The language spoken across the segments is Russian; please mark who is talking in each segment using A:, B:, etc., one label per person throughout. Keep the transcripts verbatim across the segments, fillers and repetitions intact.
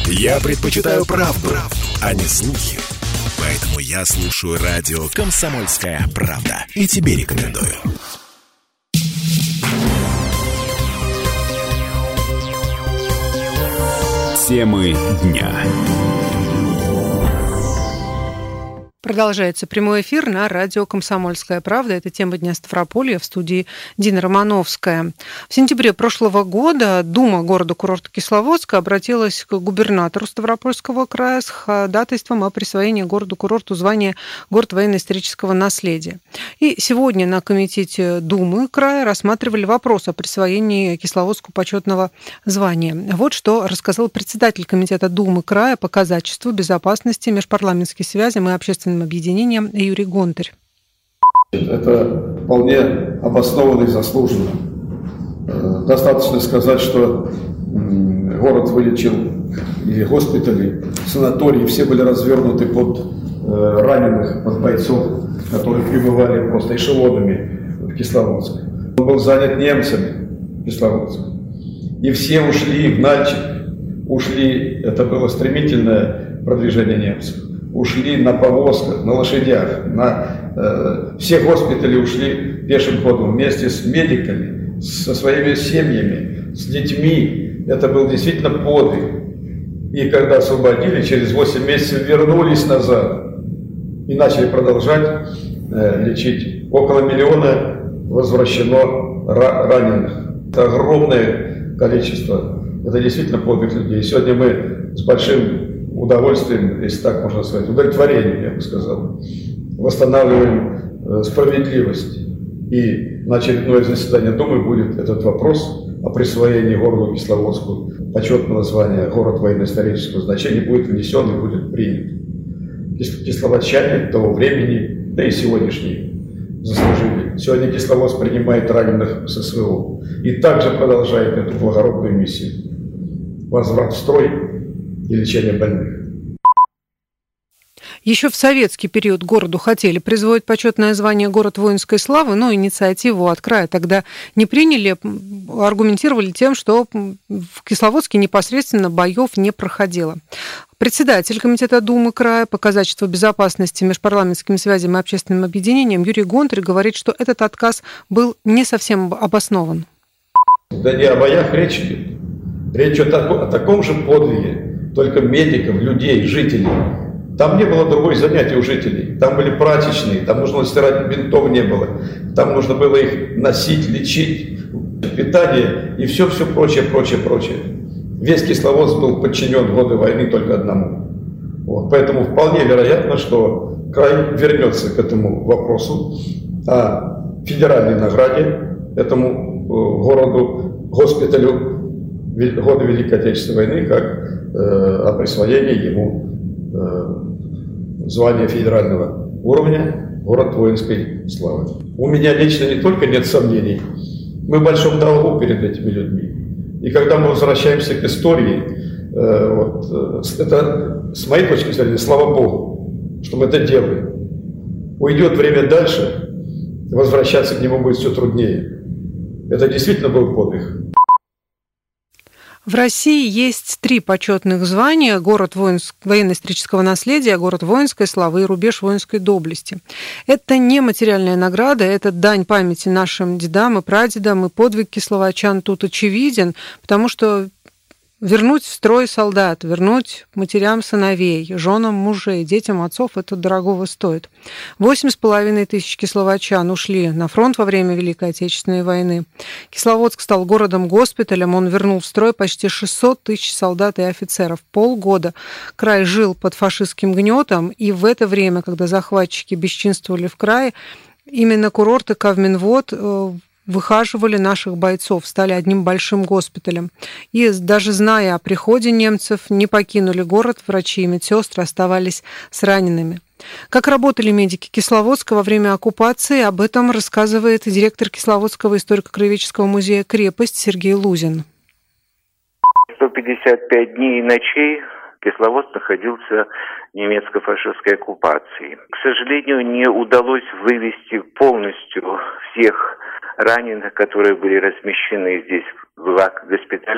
A: Я предпочитаю правду, правду, а не слухи. Поэтому я слушаю радио «Комсомольская правда». И тебе рекомендую. Темы дня.
B: Продолжается прямой эфир на радио «Комсомольская правда». Это тема дня Ставрополья, в студии Дина Романовская. В сентябре прошлого года Дума города-курорта Кисловодска обратилась к губернатору Ставропольского края с ходатайством о присвоении городу-курорту звания «Город военно-исторического наследия». И сегодня на комитете Думы края рассматривали вопрос о присвоении Кисловодску почетного звания. Вот что рассказал председатель комитета Думы края по казачеству, безопасности, межпарламентским связям и общественным объединением Юрий Гонтарь.
C: Это вполне обоснованно и заслуженно. Достаточно сказать, что город вылечил или госпитали, санатории, все были развернуты под раненых, под бойцов, которые прибывали просто эшелонами в Кисловодск. Он был занят немцами, Кисловодск. И все ушли в Нальчик, ушли, это было стремительное продвижение немцев. Ушли на повозках, на лошадях, на, э, все госпитали ушли пешим ходом вместе с медиками, со своими семьями, с детьми. Это был действительно подвиг. И когда освободили, через восемь месяцев вернулись назад и начали продолжать э, лечить. Около миллиона возвращено раненых. Это огромное количество. Это действительно подвиг людей. Сегодня мы с большим удовольствием, если так можно сказать, удовлетворением, я бы сказал, восстанавливаем э, справедливость. И на очередное заседание Думы будет этот вопрос о присвоении городу Кисловодску почетного звания «Город военно-исторического значения» будет внесен и будет принят. Кисловодчане того времени, да и сегодняшние, заслужили. Сегодня Кисловодск принимает раненых с СВО и также продолжает эту благородную миссию. Возврат в строй и лечение больных.
B: Еще в советский период городу хотели присвоить почетное звание «Город воинской славы», но инициативу от края тогда не приняли, аргументировали тем, что в Кисловодске непосредственно боев не проходило. Председатель комитета Думы края по казачеству, безопасности, межпарламентским связям и общественным объединениям Юрий Гонтарь говорит, что этот отказ был не совсем обоснован.
C: Да не о боях речь идет. Речь идет о, о таком же подвиге, только медиков, людей, жителей. Там не было другой занятия у жителей. Там были прачечные, там нужно стирать, бинтов не было. Там нужно было их носить, лечить, питание и все-все прочее, прочее, прочее. Весь Кисловодск был подчинен в годы войны только одному. Вот. Поэтому вполне вероятно, что край вернется к этому вопросу о федеральной награде этому э, городу, госпиталю годы Великой Отечественной войны, как э, о присвоении ему э, звания федерального уровня «Город воинской славы». У меня лично не только нет сомнений, мы в большом долгу перед этими людьми. И когда мы возвращаемся к истории, э, вот, э, это, с моей точки зрения, слава Богу, что мы это делаем. Уйдет время дальше, возвращаться к нему будет все труднее. Это действительно был подвиг.
B: В России есть три почетных звания: город военно-исторического наследия, город воинской славы и рубеж воинской доблести. Это не материальная награда, это дань памяти нашим дедам и прадедам, и подвиг кисловодчан тут очевиден, потому что вернуть в строй солдат, вернуть матерям сыновей, женам мужей, детям отцов, это дорогого стоит. Восемь с половиной тысяч кисловодчан ушли на фронт во время Великой Отечественной войны. Кисловодск стал городом-госпиталем, он вернул в строй почти шестьсот тысяч солдат и офицеров. Полгода край жил под фашистским гнетом, и в это время, когда захватчики бесчинствовали в крае, именно курорты Кавминвод выхаживали наших бойцов, стали одним большим госпиталем. И даже зная о приходе немцев, не покинули город, врачи и медсестры оставались с ранеными. Как работали медики Кисловодска во время оккупации, об этом рассказывает директор Кисловодского историко-краеведческого музея «Крепость» Сергей Лузин.
D: сто пятьдесят пять дней и ночей Кисловодск находился в немецко-фашистской оккупации. К сожалению, не удалось вывести полностью всех раненых, которые были размещены здесь в госпиталях.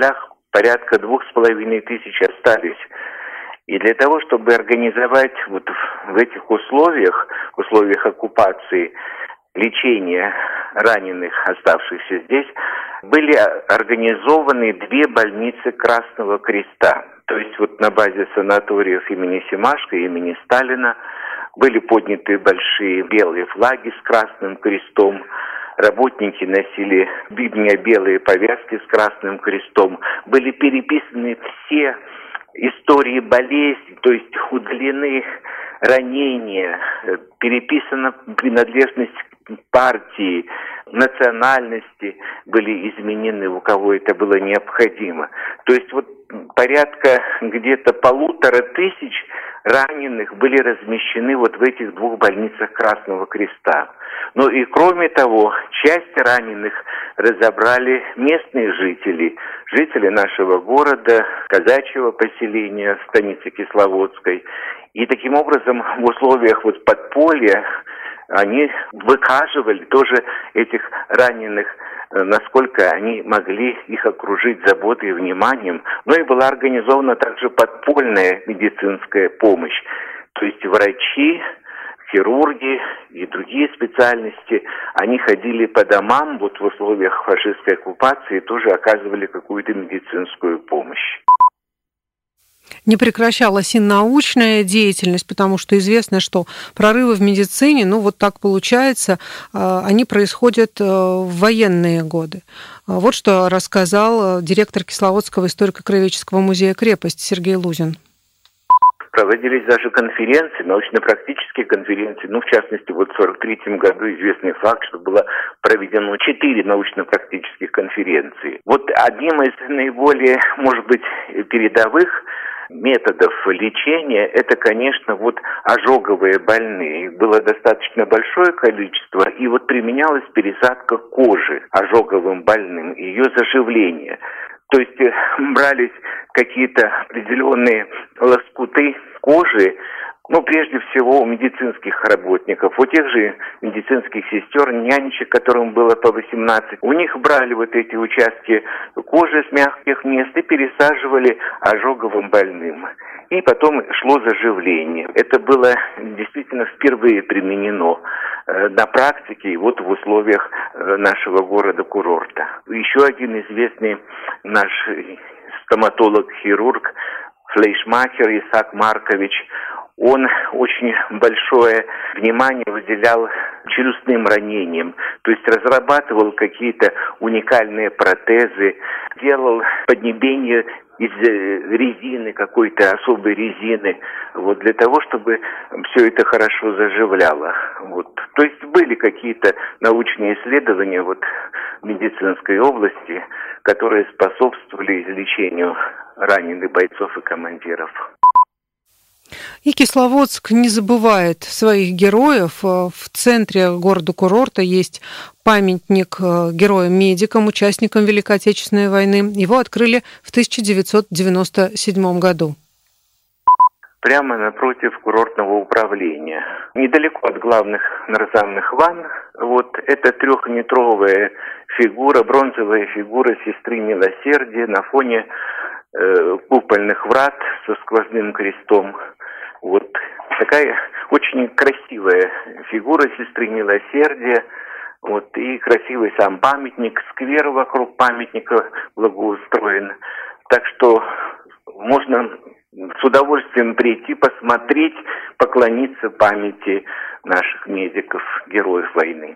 D: порядка двух с половиной тысяч остались. И для того, чтобы организовать вот в этих условиях, условиях оккупации, лечение раненых, оставшихся здесь, были организованы две больницы Красного Креста. То есть вот на базе санаториев имени Семашко и имени Сталина были подняты большие белые флаги с Красным Крестом. Работники носили бибня-белые повязки с Красным Крестом. Были переписаны все истории болезней, то есть удалены ранения, переписана принадлежность партии, национальности были изменены, у кого это было необходимо. То есть вот порядка где-то полутора тысяч раненых были размещены вот в этих двух больницах Красного Креста. Ну и кроме того, часть раненых разобрали местные жители, жители нашего города, казачьего поселения, станицы Кисловодской. И таким образом в условиях вот подполья они выхаживали тоже этих раненых, насколько они могли их окружить заботой и вниманием. Ну и была организована также подпольная медицинская помощь. То есть врачи, хирурги и другие специальности, они ходили по домам вот в условиях фашистской оккупации и тоже оказывали какую-то медицинскую помощь.
B: Не прекращалась и научная деятельность, потому что известно, что прорывы в медицине, ну вот так получается, они происходят в военные годы. Вот что рассказал директор Кисловодского историко-краеведческого музея «Крепость» Сергей Лузин.
D: Проводились даже конференции, научно-практические конференции. Ну, в частности, вот в сорок третьем году известный факт, что было проведено четыре научно-практических конференции. Вот одним из наиболее, может быть, передовых методов лечения, это, конечно, вот ожоговые больные. Их было достаточно большое количество, и вот применялась пересадка кожи ожоговым больным, ее заживление. То есть брались какие-то определенные лоскуты кожи, ну, прежде всего, у медицинских работников, у тех же медицинских сестер, нянечек, которым было по восемнадцать, у них брали вот эти участки кожи с мягких мест и пересаживали ожоговым больным. И потом шло заживление. Это было действительно впервые применено э, на практике, и вот в условиях э, нашего города-курорта. Еще один известный наш стоматолог-хирург Флейшмахер Исаак Маркович, он очень большое внимание уделял челюстным ранениям, то есть разрабатывал какие-то уникальные протезы, делал поднебение из резины, какой-то особой резины, вот для того, чтобы все это хорошо заживляло. Вот. То есть были какие-то научные исследования вот, в медицинской области, которые способствовали излечению раненых бойцов и командиров.
B: И Кисловодск не забывает своих героев. В центре города-курорта есть памятник героям-медикам, участникам Великой Отечественной войны. Его открыли в тысяча девятьсот девяносто седьмом году.
D: Прямо напротив курортного управления. Недалеко от главных нарзанных ванн. Вот эта трехметровая фигура, бронзовая фигура сестры Милосердия на фоне э, купольных врат со сквозным крестом. Вот такая очень красивая фигура сестры Милосердия. Вот, и красивый сам памятник, сквер вокруг памятника благоустроен. Так что можно с удовольствием прийти, посмотреть, поклониться памяти наших медиков, героев войны.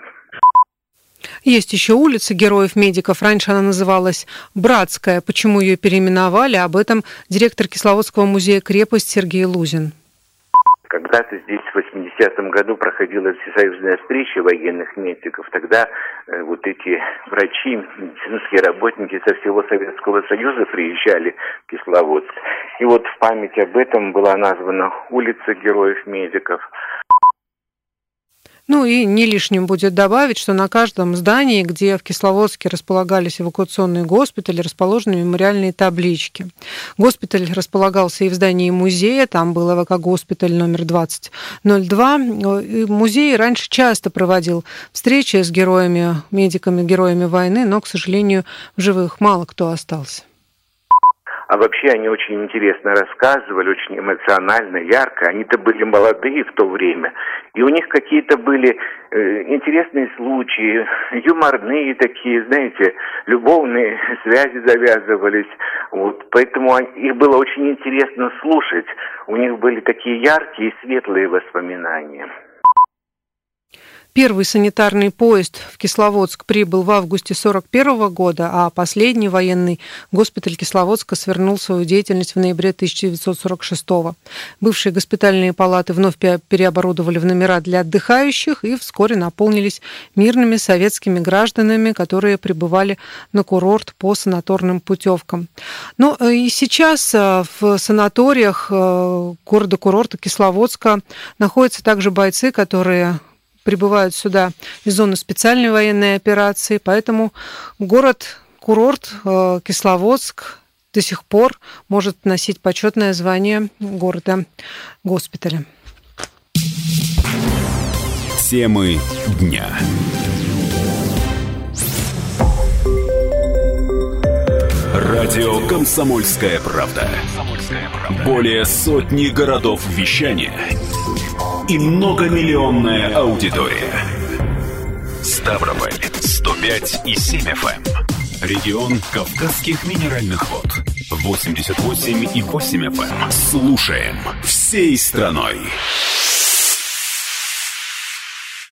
B: Есть еще улица героев-медиков. Раньше она называлась Братская. Почему ее переименовали? Об этом директор Кисловодского музея «Крепость» Сергей Лузин.
D: Когда-то здесь в восьмидесятом году проходила всесоюзная встреча военных медиков. Тогда э, вот эти врачи, медицинские работники со всего Советского Союза приезжали в Кисловодск. И вот в память об этом была названа улица героев-медиков.
B: Ну и не лишним будет добавить, что на каждом здании, где в Кисловодске располагались эвакуационные госпитали, расположены мемориальные таблички. Госпиталь располагался и в здании музея, там был ЭВК-госпиталь номер двадцать ноль два. Музей раньше часто проводил встречи с героями, медиками, героями войны, но, к сожалению, в живых мало кто остался.
D: А вообще они очень интересно рассказывали, очень эмоционально, ярко. Они-то были молодые в то время. И у них какие-то были э, интересные случаи, юморные такие, знаете, любовные связи завязывались. Вот. Поэтому их было очень интересно слушать. У них были такие яркие и светлые воспоминания.
B: Первый санитарный поезд в Кисловодск прибыл в августе сорок первого года, а последний военный госпиталь Кисловодска свернул свою деятельность в ноябре тысяча девятьсот сорок шестого. Бывшие госпитальные палаты вновь переоборудовали в номера для отдыхающих и вскоре наполнились мирными советскими гражданами, которые прибывали на курорт по санаторным путевкам. Но и сейчас в санаториях города-курорта Кисловодска находятся также бойцы, которые прибывают сюда из зоны специальной военной операции, поэтому город-курорт Кисловодск до сих пор может носить почетное звание города-госпиталя.
A: Темы дня. Радио «Комсомольская правда». Более сотни городов вещания и многомиллионная аудитория. Ставрополь сто пять и семь эф эм. Регион Кавказских минеральных вод восемьдесят восемь и восемь эф эм. Слушаем всей страной.